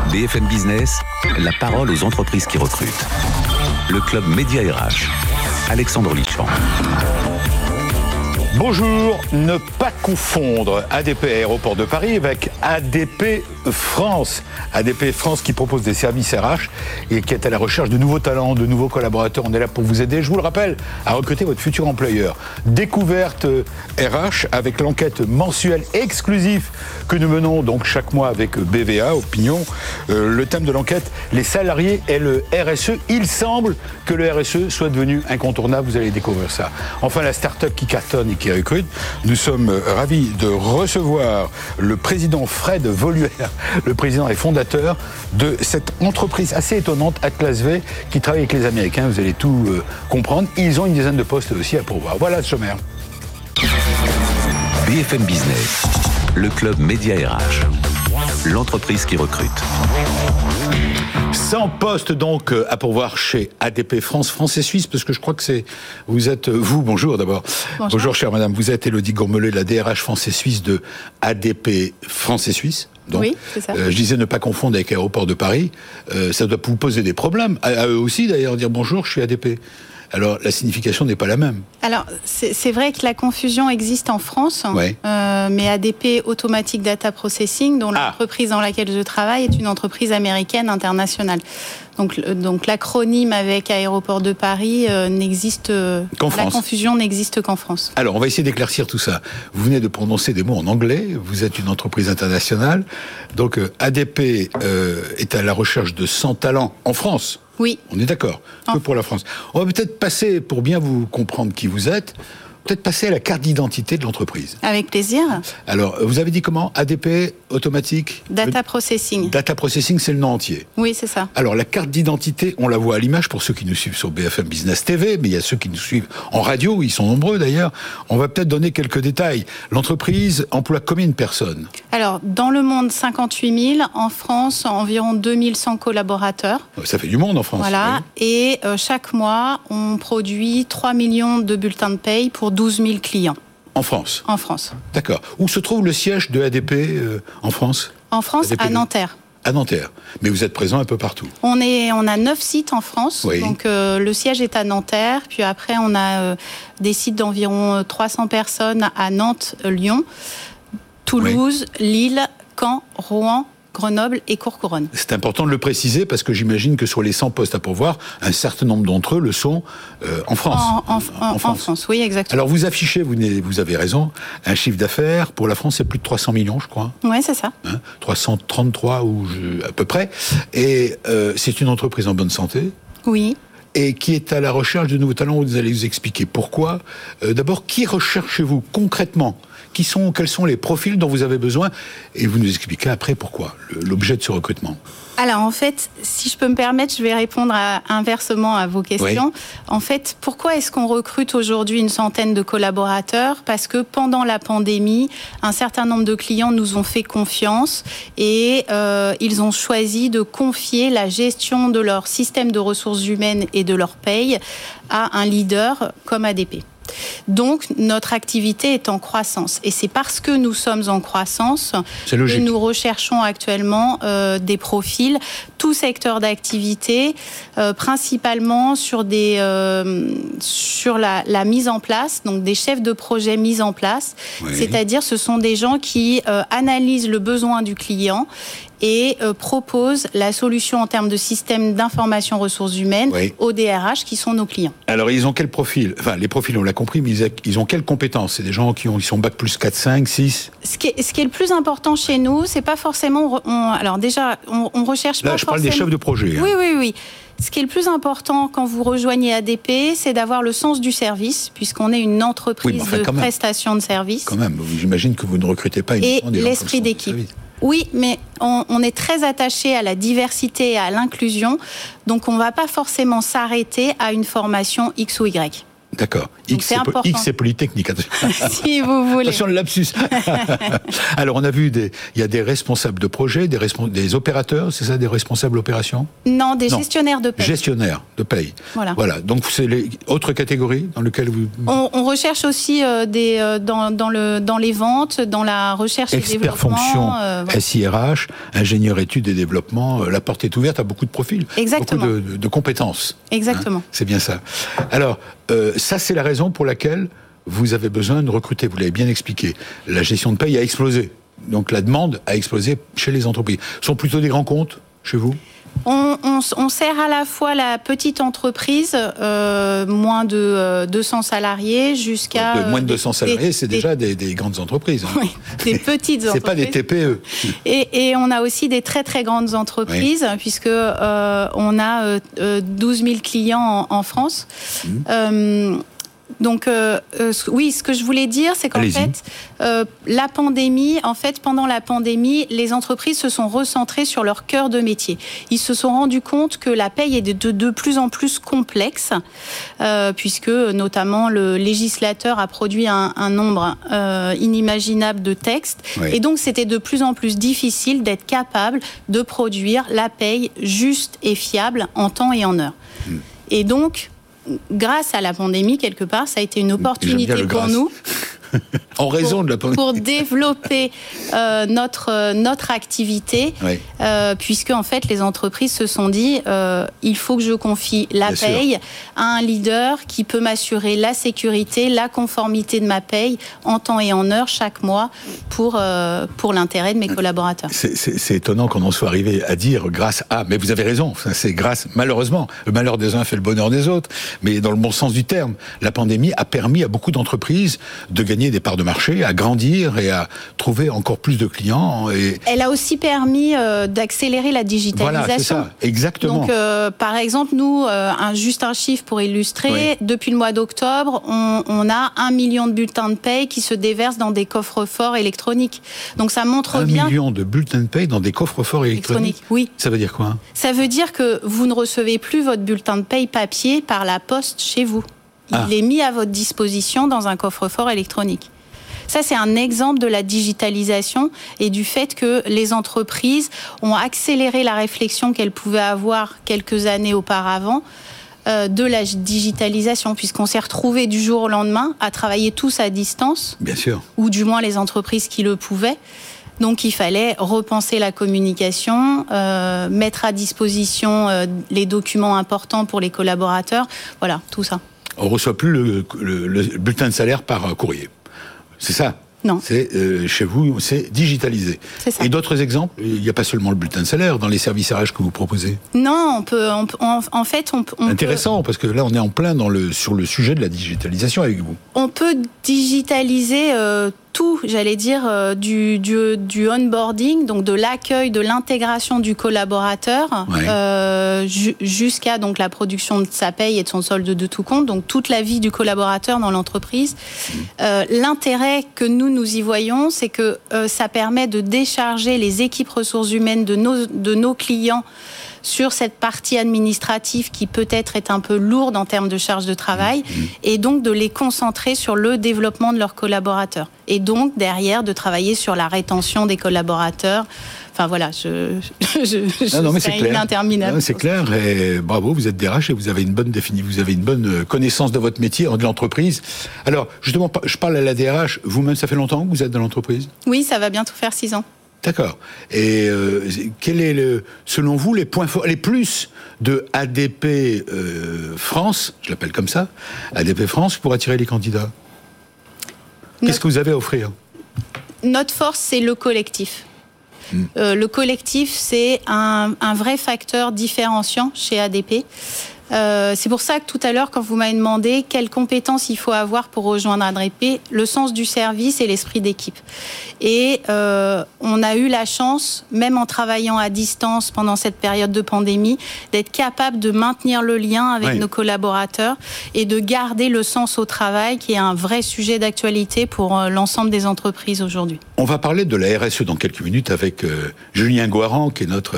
BFM Business, la parole aux entreprises qui recrutent. Le club Média RH, Alexandre Lichamp. Bonjour, ne pas confondre ADP Aéroport de Paris avec ADP France. ADP France qui propose des services RH et qui est à la recherche de nouveaux talents, de nouveaux collaborateurs. On est là pour vous aider, je vous le rappelle, à recruter votre futur employeur. Découverte RH avec l'enquête mensuelle exclusive que nous menons donc chaque mois avec BVA, Opinion. Le thème de l'enquête, les salariés et le RSE. Il semble que le RSE soit devenu incontournable, vous allez découvrir ça. Enfin, la start-up qui cartonne et qui recrute. Nous sommes ravis de recevoir le président Fred Voluère, le président et fondateur de cette entreprise assez étonnante, Atlas V, qui travaille avec les Américains. Vous allez tout comprendre. Ils ont une dizaine de postes aussi à pourvoir. Voilà le sommaire. BFM Business, le club Média RH, l'entreprise qui recrute. 100 postes donc à pourvoir chez ADP France, France et Suisse, parce que je crois que vous êtes, bonjour d'abord. Bonjour chère madame, vous êtes Élodie Gourmelet, la DRH France et Suisse de ADP France et Suisse. Donc, oui, c'est ça. Je disais ne pas confondre avec Aéroport de Paris, ça doit vous poser des problèmes, à eux aussi d'ailleurs, dire bonjour, je suis ADP. Alors, la signification n'est pas la même. Alors, c'est vrai que la confusion existe en France, ouais. Mais ADP Automatic Data Processing, dont l'entreprise dans laquelle je travaille, est une entreprise américaine internationale. Donc l'acronyme avec Aéroport de Paris n'existe qu'en France. La confusion n'existe qu'en France. Alors, on va essayer d'éclaircir tout ça. Vous venez de prononcer des mots en anglais, vous êtes une entreprise internationale. Donc, ADP est à la recherche de 100 talents en France. Oui. On est d'accord, que pour la France. On va peut-être passer, pour bien vous comprendre qui vous êtes, peut-être passer à la carte d'identité de l'entreprise. Avec plaisir. Alors, vous avez dit comment ? ADP Automatic Data Processing. Data Processing, c'est le nom entier. Oui, c'est ça. Alors, la carte d'identité, on la voit à l'image pour ceux qui nous suivent sur BFM Business TV, mais il y a ceux qui nous suivent en radio, ils sont nombreux d'ailleurs. On va peut-être donner quelques détails. L'entreprise emploie combien de personnes ? Alors, dans le monde, 58 000. En France, environ 2100 collaborateurs. Ça fait du monde en France. Voilà. Oui. Et chaque mois, on produit 3 millions de bulletins de paye pour 12 000 clients. En France ? En France. D'accord. Où se trouve le siège de ADP en France ? En France, ADP à Nanterre. À Nanterre. Mais vous êtes présent un peu partout. On a 9 sites en France. Oui. Donc le siège est à Nanterre. Puis après, on a des sites d'environ 300 personnes à Nantes, Lyon, Toulouse, oui. Lille, Caen, Rouen, Grenoble et Courcouronnes. C'est important de le préciser parce que j'imagine que sur les 100 postes à pourvoir, un certain nombre d'entre eux le sont en France. En France, oui, exactement. Alors vous affichez, vous avez raison, un chiffre d'affaires pour la France, c'est plus de 300 millions, je crois. Oui, c'est ça. 333 à peu près. Et c'est une entreprise en bonne santé. Oui. Et qui est à la recherche de nouveaux talents. Vous allez vous expliquer pourquoi. D'abord, qui recherchez-vous concrètement ? Quels sont les profils dont vous avez besoin ? Et vous nous expliquez après pourquoi, l'objet de ce recrutement. Alors en fait, si je peux me permettre, je vais répondre inversement à vos questions. Oui. En fait, pourquoi est-ce qu'on recrute aujourd'hui une centaine de collaborateurs ? Parce que pendant la pandémie, un certain nombre de clients nous ont fait confiance et ils ont choisi de confier la gestion de leur système de ressources humaines et de leur paye à un leader comme ADP. Donc, notre activité est en croissance. Et c'est parce que nous sommes en croissance que nous recherchons actuellement des profils, tout secteur d'activité, principalement sur la mise en place, donc des chefs de projet mis en place. Oui. C'est-à-dire, ce sont des gens qui analysent le besoin du client et propose la solution en termes de système d'information ressources humaines aux DRH qui sont nos clients. Alors, ils ont quel profil ? Enfin, les profils, on l'a compris, mais ils ont quelles compétences ? C'est des gens ils sont bac plus 4, 5, 6 ? Ce qui est le plus important chez nous, c'est pas forcément... Alors déjà, on recherche pas forcément... Là, je parle des chefs de projet. Oui. Ce qui est le plus important quand vous rejoignez ADP, c'est d'avoir le sens du service, puisqu'on est une entreprise de prestation de services. Quand même, j'imagine que vous ne recrutez pas uniquement des gens l'esprit d'équipe. Oui, mais on est très attaché à la diversité et à l'inclusion, donc on ne va pas forcément s'arrêter à une formation X ou Y. D'accord. Donc, c'est important. X c'est Polytechnique. Si vous voulez. Attention le lapsus. Alors, on a vu il y a des responsables de projet, des opérateurs, c'est ça, des responsables opérations ? Non, des gestionnaires de paye. Gestionnaires de paye. Voilà. Donc, c'est les autres catégories dans lesquelles vous... On recherche aussi dans les ventes, dans la recherche et développement. Expert fonction, SIRH, ingénieur études et développement, la porte est ouverte à beaucoup de profils. Exactement. Beaucoup de compétences. Exactement. C'est bien ça. Alors, ça, c'est la raison pour laquelle vous avez besoin de recruter. Vous l'avez bien expliqué. La gestion de paye a explosé. Donc, la demande a explosé chez les entreprises. Ce sont plutôt des grands comptes chez vous ? On sert à la fois la petite entreprise, moins de 200 salariés, jusqu'à... moins de 200 salariés, c'est déjà des grandes entreprises. Hein. Oui, des petites entreprises. C'est pas des TPE. Et on a aussi des très très grandes entreprises, puisque on a 12 000 clients en France. Donc, oui, ce que je voulais dire, c'est qu'en fait, pendant la pandémie, les entreprises se sont recentrées sur leur cœur de métier. Ils se sont rendus compte que la paye est de plus en plus complexe, puisque notamment le législateur a produit un nombre inimaginable de textes. Oui. Et donc, c'était de plus en plus difficile d'être capable de produire la paye juste et fiable en temps et en heure. Et donc, grâce à la pandémie, quelque part, ça a été une opportunité pour nous. En raison de la pandémie. Pour développer notre activité, puisque en fait les entreprises se sont dit il faut que je confie la paye à un leader qui peut m'assurer la sécurité, la conformité de ma paye en temps et en heure chaque mois pour l'intérêt de mes collaborateurs. C'est étonnant qu'on en soit arrivé à dire grâce à, mais vous avez raison, c'est grâce, malheureusement, le malheur des uns fait le bonheur des autres, mais dans le bon sens du terme, la pandémie a permis à beaucoup d'entreprises de gagner des parts de marché, à grandir et à trouver encore plus de clients. Elle a aussi permis d'accélérer la digitalisation. Voilà, c'est ça, exactement. Donc, par exemple, nous, juste un chiffre pour illustrer, depuis le mois d'octobre, on a 1 million de bulletins de paye qui se déversent dans des coffres-forts électroniques. Donc, ça montre bien... 1 million de bulletins de paye dans des coffres-forts électroniques. Oui. Ça veut dire quoi ? Ça veut dire que vous ne recevez plus votre bulletin de paye papier par la poste chez vous. Il est mis à votre disposition dans un coffre-fort électronique. Ça, c'est un exemple de la digitalisation et du fait que les entreprises ont accéléré la réflexion qu'elles pouvaient avoir quelques années auparavant de la digitalisation, puisqu'on s'est retrouvés du jour au lendemain à travailler tous à distance. Bien sûr. Ou du moins les entreprises qui le pouvaient. Donc, il fallait repenser la communication, mettre à disposition les documents importants pour les collaborateurs. Voilà, tout ça. On ne reçoit plus le bulletin de salaire par courrier. C'est ça ? Non. C'est, chez vous, c'est digitalisé. C'est ça. Et d'autres exemples ? Il n'y a pas seulement le bulletin de salaire dans les services RH que vous proposez ? Non, Intéressant, parce que là, on est en plein sur le sujet de la digitalisation avec vous. On peut digitaliser tout, j'allais dire, du onboarding, donc de l'accueil, de l'intégration du collaborateur, jusqu'à donc la production de sa paye et de son solde de tout compte, donc toute la vie du collaborateur dans l'entreprise. L'intérêt que nous y voyons, c'est que ça permet de décharger les équipes ressources humaines de nos clients sur cette partie administrative qui peut-être est un peu lourde en termes de charge de travail, et donc de les concentrer sur le développement de leurs collaborateurs. Et donc, derrière, de travailler sur la rétention des collaborateurs. Enfin, voilà, c'est interminable. Non, c'est clair, et bravo, vous êtes DRH et vous avez une bonne connaissance de votre métier, de l'entreprise. Alors, justement, je parle à la DRH, vous-même, ça fait longtemps que vous êtes dans l'entreprise ? Oui, ça va bientôt faire 6 ans. D'accord. Et quel est selon vous les points forts, les plus de ADP France, je l'appelle comme ça, ADP France, pour attirer les candidats ? Qu'est-ce que vous avez à offrir ? Notre force, c'est le collectif. Le collectif, c'est un vrai facteur différenciant chez ADP. C'est pour ça que tout à l'heure, quand vous m'avez demandé quelles compétences il faut avoir pour rejoindre ADP, le sens du service et l'esprit d'équipe. Et on a eu la chance, même en travaillant à distance pendant cette période de pandémie, d'être capable de maintenir le lien avec nos collaborateurs et de garder le sens au travail, qui est un vrai sujet d'actualité pour l'ensemble des entreprises aujourd'hui. On va parler de la RSE dans quelques minutes avec Julien Goiran, qui est notre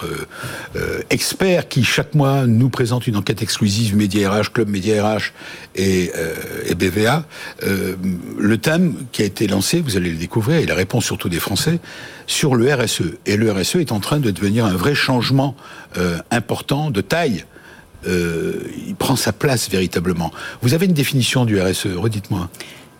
expert, qui chaque mois nous présente une enquête exclusive Média RH, Club Média RH et BVA. Le thème qui a été lancé, vous allez le découvrir, et la réponse surtout des Français, sur le RSE. Et le RSE est en train de devenir un vrai changement important de taille. Il prend sa place véritablement. Vous avez une définition du RSE, redites-moi.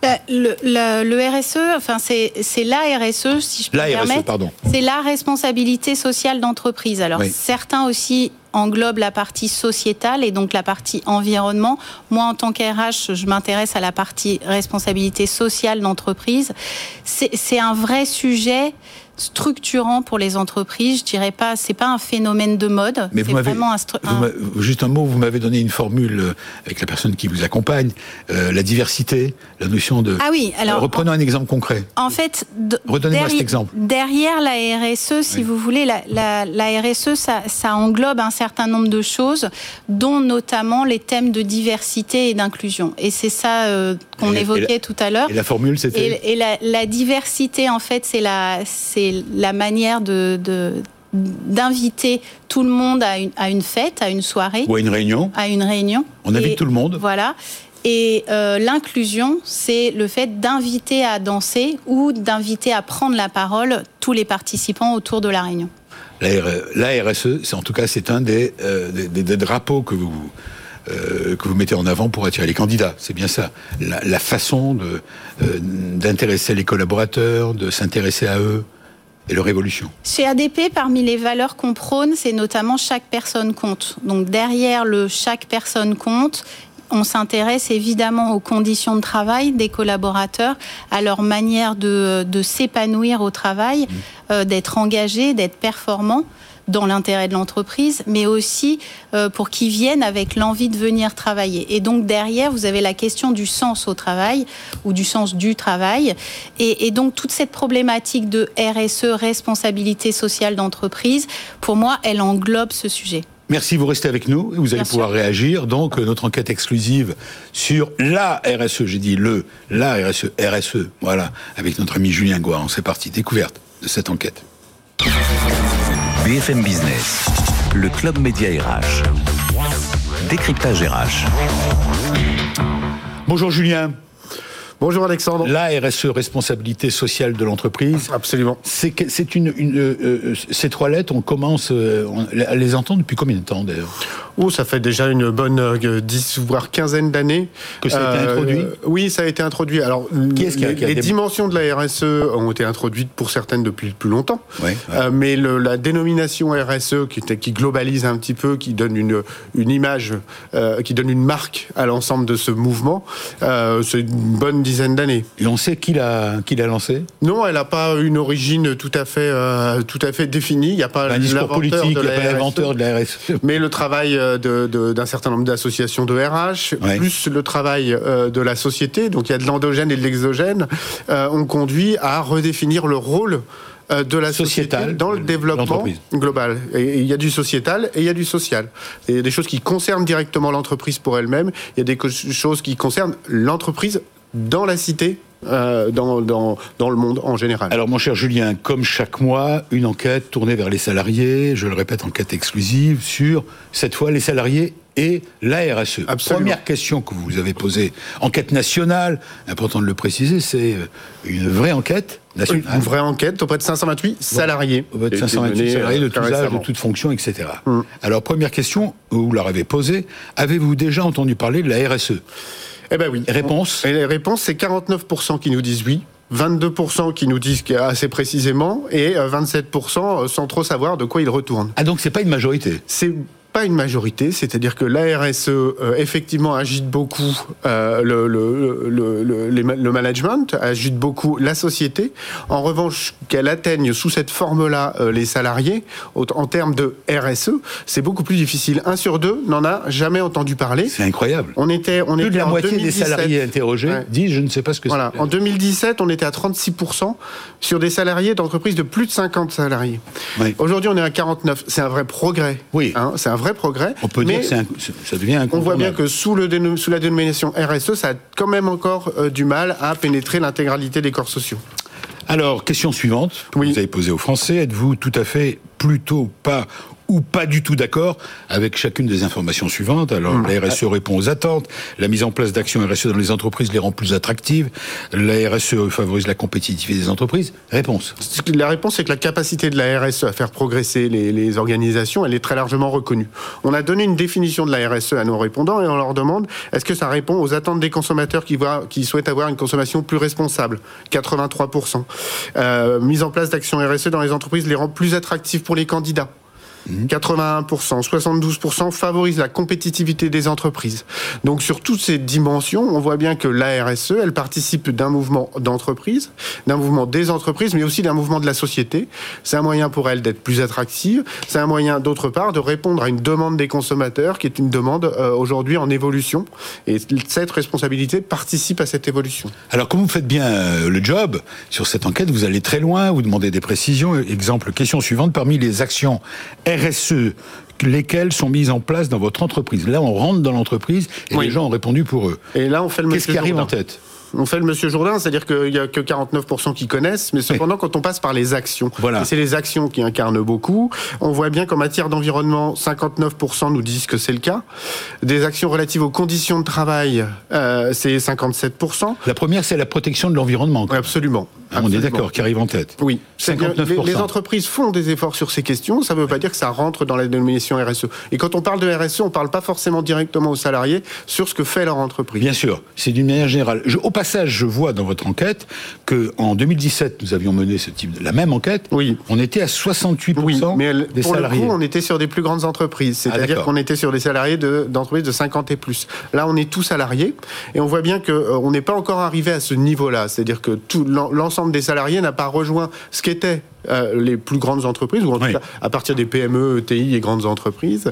Le RSE, enfin c'est la RSE, si je peux me permettre. C'est la responsabilité sociale d'entreprise. Alors certains aussi englobent la partie sociétale et donc la partie environnement. Moi, en tant qu'RH, je m'intéresse à la partie responsabilité sociale d'entreprise. C'est un vrai sujet structurant pour les entreprises. Je dirais pas, c'est pas un phénomène de mode. Mais juste un mot, vous m'avez donné une formule avec la personne qui vous accompagne, la diversité, la notion de... Ah oui, alors... Reprenons un exemple concret. En fait, redonnez-moi cet exemple. Derrière la RSE, si vous voulez, la RSE, ça englobe un certain nombre de choses, dont notamment les thèmes de diversité et d'inclusion. Et c'est ça qu'on évoquait tout à l'heure. Et la formule, c'était... Et la diversité, en fait, c'est la manière d'inviter tout le monde à une fête, à une soirée. Ou à une réunion. On invite tout le monde. Voilà. Et l'inclusion, c'est le fait d'inviter à danser ou d'inviter à prendre la parole tous les participants autour de la réunion. La RSE, c'est un des drapeaux que vous mettez en avant pour attirer les candidats. C'est bien ça. La façon d'intéresser les collaborateurs, de s'intéresser à eux et leur évolution. Chez ADP, parmi les valeurs qu'on prône, c'est notamment chaque personne compte. Donc derrière le chaque personne compte, on s'intéresse évidemment aux conditions de travail des collaborateurs, à leur manière de s'épanouir au travail, d'être engagés, d'être performants dans l'intérêt de l'entreprise, mais aussi pour qu'ils viennent avec l'envie de venir travailler. Et donc derrière, vous avez la question du sens au travail ou du sens du travail. Et donc toute cette problématique de RSE, responsabilité sociale d'entreprise, pour moi, elle englobe ce sujet. Merci, vous restez avec nous, vous allez pouvoir réagir. Donc, notre enquête exclusive sur la RSE, j'ai dit la RSE, voilà, avec notre ami Julien Goiran. C'est parti, découverte de cette enquête. BFM Business, le Club Média RH, décryptage RH. Bonjour Julien. Bonjour Alexandre. La RSE, responsabilité sociale de l'entreprise. Absolument. Ces trois lettres, on commence à les entendre depuis combien de temps d'ailleurs ? Ça fait déjà une bonne 10 voire quinzaine d'années. Que ça a été introduit ? Oui, ça a été introduit. Alors, les dimensions de la RSE ont été introduites pour certaines depuis plus longtemps. Ouais. Mais la dénomination RSE qui globalise un petit peu, qui donne une image, qui donne une marque à l'ensemble de ce mouvement, c'est une bonne dizaine d'années. Et on sait qui l'a lancé ? Non, elle n'a pas une origine tout à fait définie. Il n'y a pas un discours politique, il n'y a pas l'inventeur de la RSE. Mais le travail d'un certain nombre d'associations de RH, plus le travail de la société, donc il y a de l'endogène et de l'exogène, ont conduit à redéfinir le rôle de la société dans le développement global. Et il y a du sociétal et il y a du social. Il y a des choses qui concernent directement l'entreprise pour elle-même, il y a des choses qui concernent l'entreprise dans la cité, dans le monde en général. Alors mon cher Julien, comme chaque mois, une enquête tournée vers les salariés, je le répète, enquête exclusive sur, cette fois, les salariés et la RSE. Absolument. Première question que vous avez posée, enquête nationale, important de le préciser, c'est une vraie enquête nationale. Une vraie enquête auprès de 528 salariés. Auprès de 528 salariés de tous âges, de toutes fonctions, etc. Alors première question, vous leur avez posée, avez-vous déjà entendu parler de la RSE ? Eh ben oui. Réponse ? Et les réponses, c'est 49% qui nous disent oui, 22% qui nous disent assez précisément, et 27% sans trop savoir de quoi ils retournent. Ah donc c'est pas une majorité ? C'est pas une majorité, c'est-à-dire que la RSE effectivement agite beaucoup le management, agite beaucoup la société. En revanche, qu'elle atteigne sous cette forme-là les salariés, en termes de RSE, c'est beaucoup plus difficile. 1 sur 2 n'en a jamais entendu parler. C'est incroyable. On était plus de la moitié 2017, des salariés interrogés disent je ne sais pas ce que c'est. En 2017, on était à 36% sur des salariés d'entreprises de plus de 50 salariés. Oui. Aujourd'hui, on est à 49. C'est un vrai progrès. Oui. C'est un vrai progrès. On peut dire que ça devient incontournable. On voit bien que sous la dénomination RSE, ça a quand même encore du mal à pénétrer l'intégralité des corps sociaux. Alors, question suivante. Oui. Vous avez posé aux Français. Êtes-vous tout à fait, plutôt pas ou pas du tout d'accord avec chacune des informations suivantes? Alors, la RSE répond aux attentes. La mise en place d'actions RSE dans les entreprises les rend plus attractives. La RSE favorise la compétitivité des entreprises. Réponse. La réponse, c'est que la capacité de la RSE à faire progresser les organisations, elle est très largement reconnue. On a donné une définition de la RSE à nos répondants et on leur demande est-ce que ça répond aux attentes des consommateurs qui souhaitent avoir une consommation plus responsable? 83%. Mise en place d'actions RSE dans les entreprises les rend plus attractives pour les candidats. 81%, 72% favorisent la compétitivité des entreprises. Donc sur toutes ces dimensions, on voit bien que la RSE, elle participe d'un mouvement d'entreprise, d'un mouvement des entreprises, mais aussi d'un mouvement de la société. C'est un moyen pour elle d'être plus attractive. C'est un moyen, d'autre part, de répondre à une demande des consommateurs, qui est une demande aujourd'hui en évolution. Et cette responsabilité participe à cette évolution. Alors, comme vous faites bien le job sur cette enquête, vous allez très loin, vous demandez des précisions. Exemple, question suivante, parmi les actions RSE, lesquelles sont mises en place dans votre entreprise? Là, on rentre dans l'entreprise et les gens ont répondu pour eux. Et là, on fait le Qu'est-ce qui arrive en tête? On fait le Monsieur Jourdain, c'est-à-dire qu'il n'y a que 49% qui connaissent, mais cependant, quand on passe par les actions, et c'est les actions qui incarnent beaucoup, on voit bien qu'en matière d'environnement, 59% nous disent que c'est le cas. Des actions relatives aux conditions de travail, c'est 57%. La première, c'est la protection de l'environnement. Oui, absolument. On est d'accord, qui arrive en tête. Oui. 59%. Les entreprises font des efforts sur ces questions, ça ne veut pas dire que ça rentre dans la dénomination RSE. Et quand on parle de RSE, on ne parle pas forcément directement aux salariés sur ce que fait leur entreprise. Bien sûr, c'est d'une manière générale. Au passage, je vois dans votre enquête qu'en 2017, nous avions mené la même enquête. Oui. On était à 68% mais des salariés. Pour le coup, on était sur des plus grandes entreprises. C'est-à-dire qu'on était sur des salariés d'entreprises de 50 et plus. Là, on est tous salariés. Et on voit bien qu'on n'est pas encore arrivé à ce niveau-là. C'est-à-dire que l'ensemble des salariés n'a pas rejoint ce qu'étaient les plus grandes entreprises, ou en tout cas à partir des PME, ETI et grandes entreprises,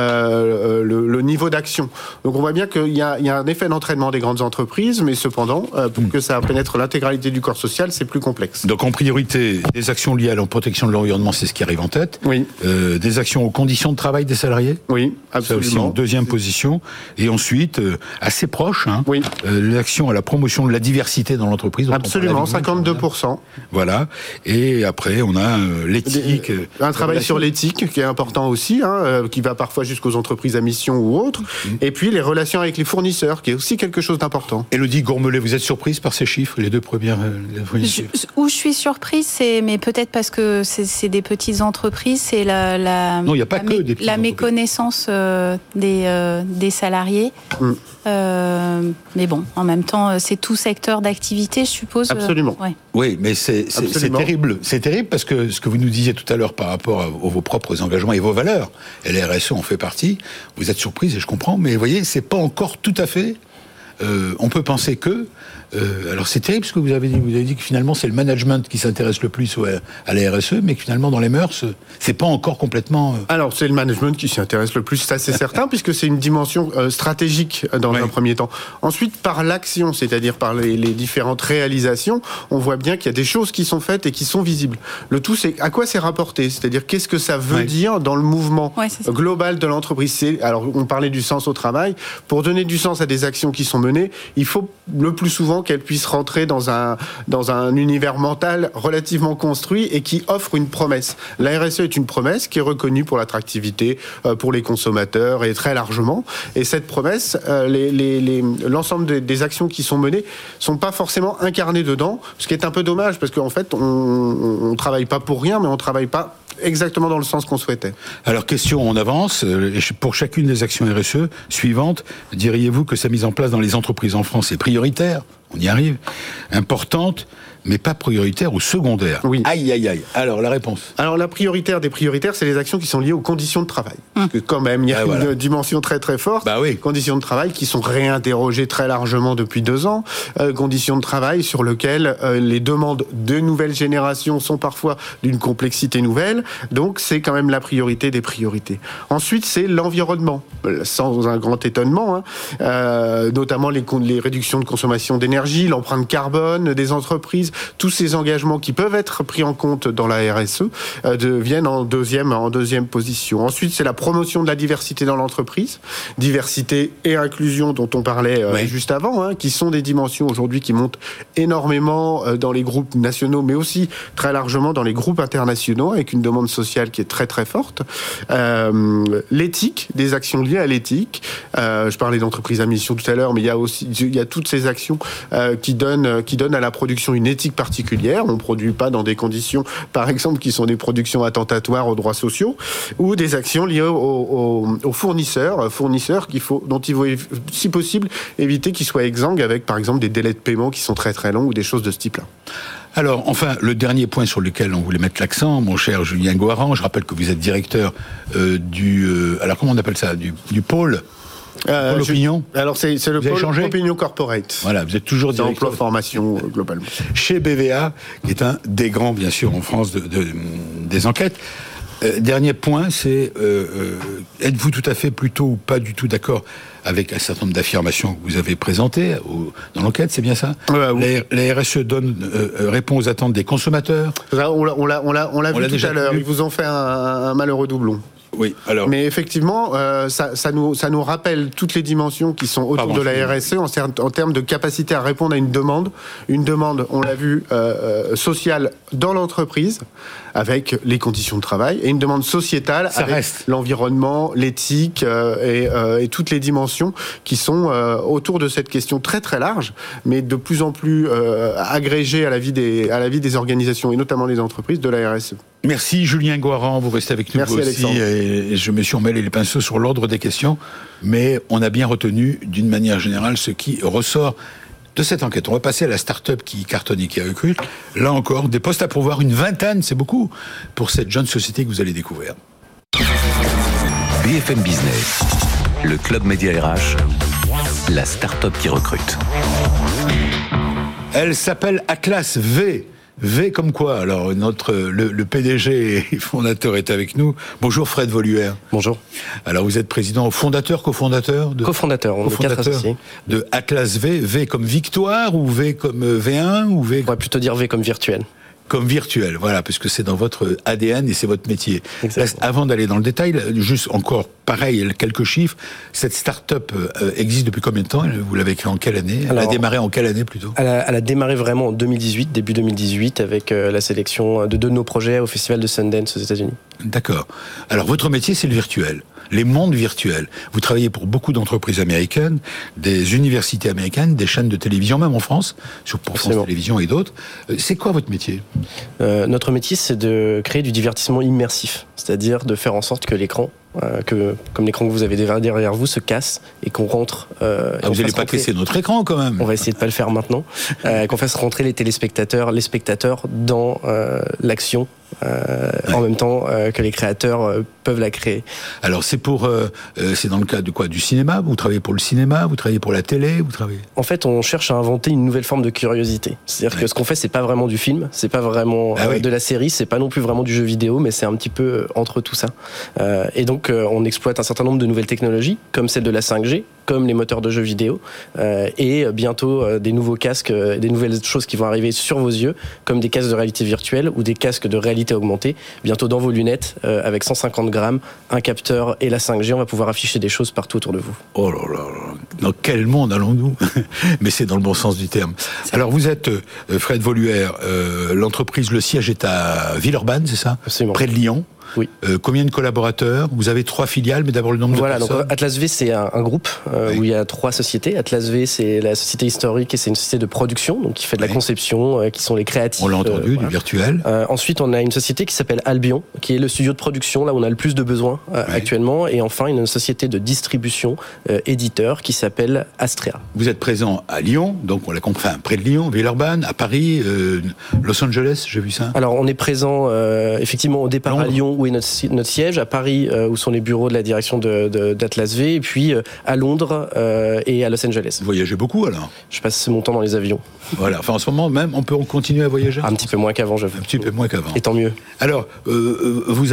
le niveau d'action. Donc on voit bien qu'il y a un effet d'entraînement des grandes entreprises, mais cependant, pour que ça pénètre l'intégralité du corps social, c'est plus complexe. Donc en priorité, des actions liées à la protection de l'environnement, c'est ce qui arrive en tête. Oui. Des actions aux conditions de travail des salariés. Oui, absolument. Ça aussi en deuxième position. Et ensuite, assez proche, l'action à la promotion de la diversité dans l'entreprise. Absolument, 52%. Voilà. Et après, on a l'éthique. Un travail sur l'éthique qui est important aussi, qui va parfois jusqu'aux entreprises à mission ou autres. Et puis les relations avec les fournisseurs, qui est aussi quelque chose d'important. Élodie Gourmelet, vous êtes surprise par ces chiffres, les deux premières chiffres? Où je suis surprise, mais peut-être parce que c'est des petites entreprises, c'est la méconnaissance des salariés. Mais bon, en même temps, c'est tout secteur d'activité, je suppose. Absolument. Oui, mais c'est terrible. C'est terrible parce que ce que vous nous disiez tout à l'heure par rapport à vos propres engagements et vos valeurs, et la RSE en fait partie, vous êtes surprise et je comprends, mais vous voyez, c'est pas encore tout à fait. On peut penser que... alors c'est terrible ce que vous avez dit. Vous avez dit que finalement c'est le management qui s'intéresse le plus à la RSE, mais que finalement dans les mœurs, c'est pas encore complètement... Alors c'est le management qui s'y intéresse le plus, ça c'est certain, puisque c'est une dimension stratégique dans un premier temps. Ensuite, par l'action, c'est-à-dire par les différentes réalisations, on voit bien qu'il y a des choses qui sont faites et qui sont visibles. Le tout, c'est à quoi c'est rapporté, c'est-à-dire qu'est-ce que ça veut dire dans le mouvement global de l'entreprise. Alors on parlait du sens au travail. Pour donner du sens à des actions qui sont menées, il faut le plus souvent qu'elles puissent rentrer dans un univers mental relativement construit et qui offre une promesse. La RSE est une promesse qui est reconnue pour l'attractivité, pour les consommateurs et très largement. Et cette promesse, l'ensemble des actions qui sont menées sont pas forcément incarnées dedans, ce qui est un peu dommage parce qu'en fait, on travaille pas pour rien, mais on travaille pas exactement dans le sens qu'on souhaitait. Alors, question, on avance. Pour chacune des actions RSE suivantes, diriez-vous que sa mise en place dans les entreprises en France est prioritaire? On y arrive. Importante, mais pas prioritaire ou secondaire. Oui. Aïe, aïe, aïe. Alors, la réponse. Alors, la prioritaire des prioritaires, c'est les actions qui sont liées aux conditions de travail. Parce que quand même, il y a une dimension très très forte. Bah oui. Conditions de travail qui sont réinterrogées très largement depuis 2 ans. Conditions de travail sur lesquelles les demandes de nouvelles générations sont parfois d'une complexité nouvelle. Donc, c'est quand même la priorité des priorités. Ensuite, c'est l'environnement. Sans un grand étonnement, notamment les réductions de consommation d'énergie, l'empreinte carbone des entreprises, tous ces engagements qui peuvent être pris en compte dans la RSE viennent en deuxième position. Ensuite, c'est la promotion de la diversité dans l'entreprise, diversité et inclusion dont on parlait juste avant, qui sont des dimensions aujourd'hui qui montent énormément dans les groupes nationaux, mais aussi très largement dans les groupes internationaux, avec une demande sociale qui est très très forte. L'éthique, des actions liées à l'éthique. Je parlais d'entreprise à mission tout à l'heure, mais il y a toutes ces actions qui donnent à la production une éthique particulière. On ne produit pas dans des conditions, par exemple, qui sont des productions attentatoires aux droits sociaux, ou des actions liées aux fournisseurs dont il faut, si possible, éviter qu'ils soient exsangues avec, par exemple, des délais de paiement qui sont très très longs ou des choses de ce type-là. Alors, enfin, le dernier point sur lequel on voulait mettre l'accent, mon cher Julien Goharan, je rappelle que vous êtes directeur alors comment on appelle ça, du pôle Opinion. Alors c'est le pôle Opinion Corporate. Voilà, vous êtes toujours directeur emploi formation globalement. Chez BVA, qui est un des grands, bien sûr, en France des enquêtes. Dernier point, c'est êtes-vous tout à fait plutôt ou pas du tout d'accord avec un certain nombre d'affirmations que vous avez présentées dans l'enquête, c'est bien ça? Oui. La RSE répond aux attentes des consommateurs. On l'a vu tout à l'heure. Ils vous ont fait un malheureux doublon. Oui, alors. Mais effectivement, ça nous rappelle toutes les dimensions qui sont autour de la RSE en termes de capacité à répondre à une demande, on l'a vu, sociale dans l'entreprise, avec les conditions de travail, et une demande sociétale avec l'environnement, l'éthique et toutes les dimensions qui sont autour de cette question très très large, mais de plus en plus agrégée à la vie des organisations et notamment des entreprises de la RSE. Merci Julien Goharan, vous restez avec nous. Merci aussi. Alexandre. Et je me suis emmêlé les pinceaux sur l'ordre des questions, mais on a bien retenu d'une manière générale ce qui ressort de cette enquête. On va passer à la start-up qui cartonne et qui recrute. Là encore, des postes à pourvoir, une vingtaine, c'est beaucoup, pour cette jeune société que vous allez découvrir. BFM Business, le club Média RH, la start-up qui recrute. Elle s'appelle Atlas V. V comme quoi? Alors, le PDG et fondateur est avec nous. Bonjour Fred Voluère. Bonjour. Alors, vous êtes président, cofondateur Cofondateur, on est 4 associés. De Atlas V. V comme victoire ou V comme V1 ou V? On pourrait plutôt dire V comme virtuel. Comme virtuel, voilà, parce que c'est dans votre ADN et c'est votre métier. Là, avant d'aller dans le détail, juste encore pareil, quelques chiffres. Cette start-up existe depuis combien de temps? Vous l'avez créée en quelle année? Elle a démarré en quelle année plutôt? Elle a démarré vraiment en 2018, début 2018, avec la sélection de 2 de nos projets au Festival de Sundance aux États-Unis. D'accord. Alors votre métier, c'est le virtuel. Les mondes virtuels. Vous travaillez pour beaucoup d'entreprises américaines, des universités américaines, des chaînes de télévision, même en France, pour France Télévisions et d'autres. C'est quoi votre métier? Notre métier, c'est de créer du divertissement immersif, c'est-à-dire de faire en sorte que l'écran, comme l'écran que vous avez derrière vous, se casse et qu'on rentre. Vous n'allez pas casser notre écran quand même. On va essayer de pas le faire maintenant. Qu'on fasse rentrer les spectateurs dans l'action. En même temps que les créateurs peuvent la créer. Alors c'est dans le cas de quoi? Du cinéma? Vous travaillez pour le cinéma? Vous travaillez pour la télé? En fait, on cherche à inventer une nouvelle forme de curiosité. C'est-à-dire que ce qu'on fait, c'est pas vraiment du film, c'est pas vraiment de la série, c'est pas non plus vraiment du jeu vidéo, mais c'est un petit peu entre tout ça. Et donc on exploite un certain nombre de nouvelles technologies, comme celle de la 5G, comme les moteurs de jeux vidéo, et bientôt des nouveaux casques, des nouvelles choses qui vont arriver sur vos yeux, comme des casques de réalité virtuelle ou des casques de réalité augmentée, bientôt dans vos lunettes, avec 150 grammes, un capteur et la 5G, on va pouvoir afficher des choses partout autour de vous. Oh là là, dans quel monde allons-nous? Mais c'est dans le bon sens du terme. Alors vous êtes Fred Voluère, l'entreprise, le siège est à Villeurbanne, c'est ça? Absolument. Près de Lyon. Oui. Combien de collaborateurs? Vous avez 3 filiales, mais d'abord le nombre de personnes. Donc Atlas V, c'est un groupe où il y a 3 sociétés. Atlas V, c'est la société historique et c'est une société de production, donc qui fait de la conception, qui sont les créatifs. On l'a entendu, du virtuel. Ensuite, on a une société qui s'appelle Albion, qui est le studio de production, là où on a le plus de besoins actuellement. Et enfin, une société de distribution, éditeur, qui s'appelle Astrea. Vous êtes présent à Lyon, donc on l'a compris, près de Lyon, Villeurbanne, à Paris, Los Angeles, j'ai vu ça. Alors, on est présent effectivement au départ Londres. À Lyon, où est notre siège, à Paris, où sont les bureaux de la direction d'Atlas V, et puis à Londres et à Los Angeles. Vous voyagez beaucoup alors? Je passe mon temps dans les avions. Voilà, enfin en ce moment même, on peut continuer à voyager? Un petit peu moins qu'avant, j'avoue. Un petit peu moins qu'avant. Et tant mieux. Alors, vous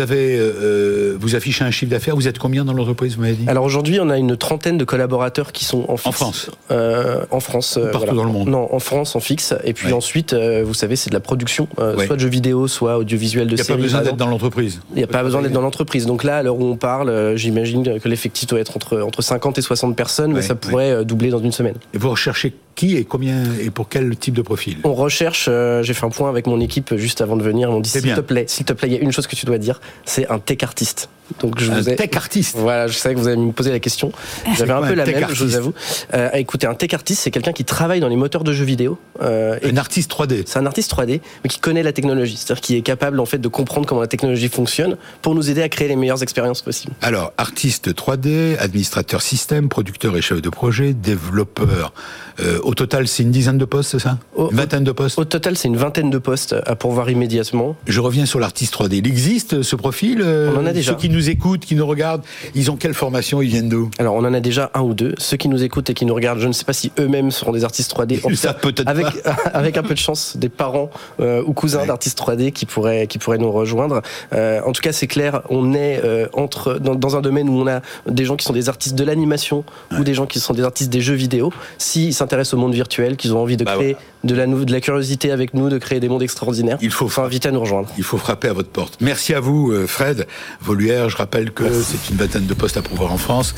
affichez un chiffre d'affaires, vous êtes combien dans l'entreprise, vous m'avez dit? Alors aujourd'hui, on a une trentaine de collaborateurs qui sont en fixe. En France? En France. Partout dans le monde? Non, en France, en fixe. Et puis ensuite, vous savez, c'est de la production, soit de jeux vidéo, soit audiovisuel de séries. Il n'y a pas besoin d'être dans l'entreprise? Il n'y a pas besoin d'être dans l'entreprise. Donc là, à l'heure où on parle, j'imagine que l'effectif doit être entre 50 et 60 personnes, mais ça pourrait doubler dans une semaine. Et vous recherchez qui et combien et pour quel type de profil? On recherche, j'ai fait un point avec mon équipe juste avant de venir, ils m'ont dit s'il te plaît, il y a une chose que tu dois dire, c'est un tech artiste. Donc tech artiste. Voilà, je savais que vous allez me poser la question. J'avais un peu la même, je vous avoue. Écoutez, un tech artiste, c'est quelqu'un qui travaille dans les moteurs de jeux vidéo. Un artiste 3D. C'est un artiste 3D, mais qui connaît la technologie, c'est-à-dire qui est capable en fait de comprendre comment la technologie fonctionne pour nous aider à créer les meilleures expériences possibles. Alors, artiste 3D, administrateur système, producteur et chef de projet, développeur. Au total, c'est une dizaine de postes, c'est ça? Une vingtaine de postes? Au total, c'est une vingtaine de postes à pourvoir immédiatement. Je reviens sur l'artiste 3D. Il existe ce profil? On en a déjà. Ceux qui nous écoutent, qui nous regardent, ils ont quelle formation? Ils viennent d'où? Alors, on en a déjà un ou deux. Ceux qui nous écoutent et qui nous regardent, je ne sais pas si eux-mêmes seront des artistes 3D. Ça peut-être avec un peu de chance, des parents ou cousins d'artistes 3D qui pourraient nous rejoindre. En tout cas, c'est clair, on est dans un domaine où on a des gens qui sont des artistes de l'animation ou des gens qui sont des artistes des jeux vidéo. S'ils s'intéressent au monde virtuel, qu'ils ont envie de créer de la curiosité avec nous, de créer des mondes extraordinaires, il faut inviter à nous rejoindre. Il faut frapper à votre porte. Merci à vous, Fred Voluère. Je rappelle que c'est une vingtaine de postes à pourvoir en France.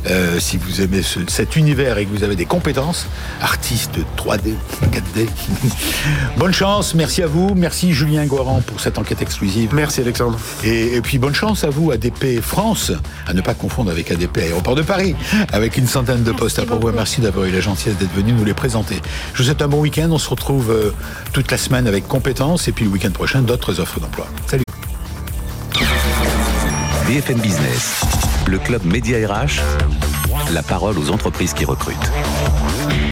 Si vous aimez cet univers et que vous avez des compétences, artiste 3D, 4D, bonne chance. Merci à vous. Merci Julien Goiran pour cette enquête exclusive. Merci Alexandre. Et puis bonne chance à vous, ADP France, à ne pas confondre avec ADP Aéroport de Paris, avec une centaine de postes à pourvoir. Merci d'avoir eu la gentillesse d'être venu nous les présenter. Je vous souhaite un bon week-end. On se retrouve toute la semaine avec Compétences et puis le week-end prochain, d'autres offres d'emploi. Salut. BFM Business, le club Média RH, la parole aux entreprises qui recrutent.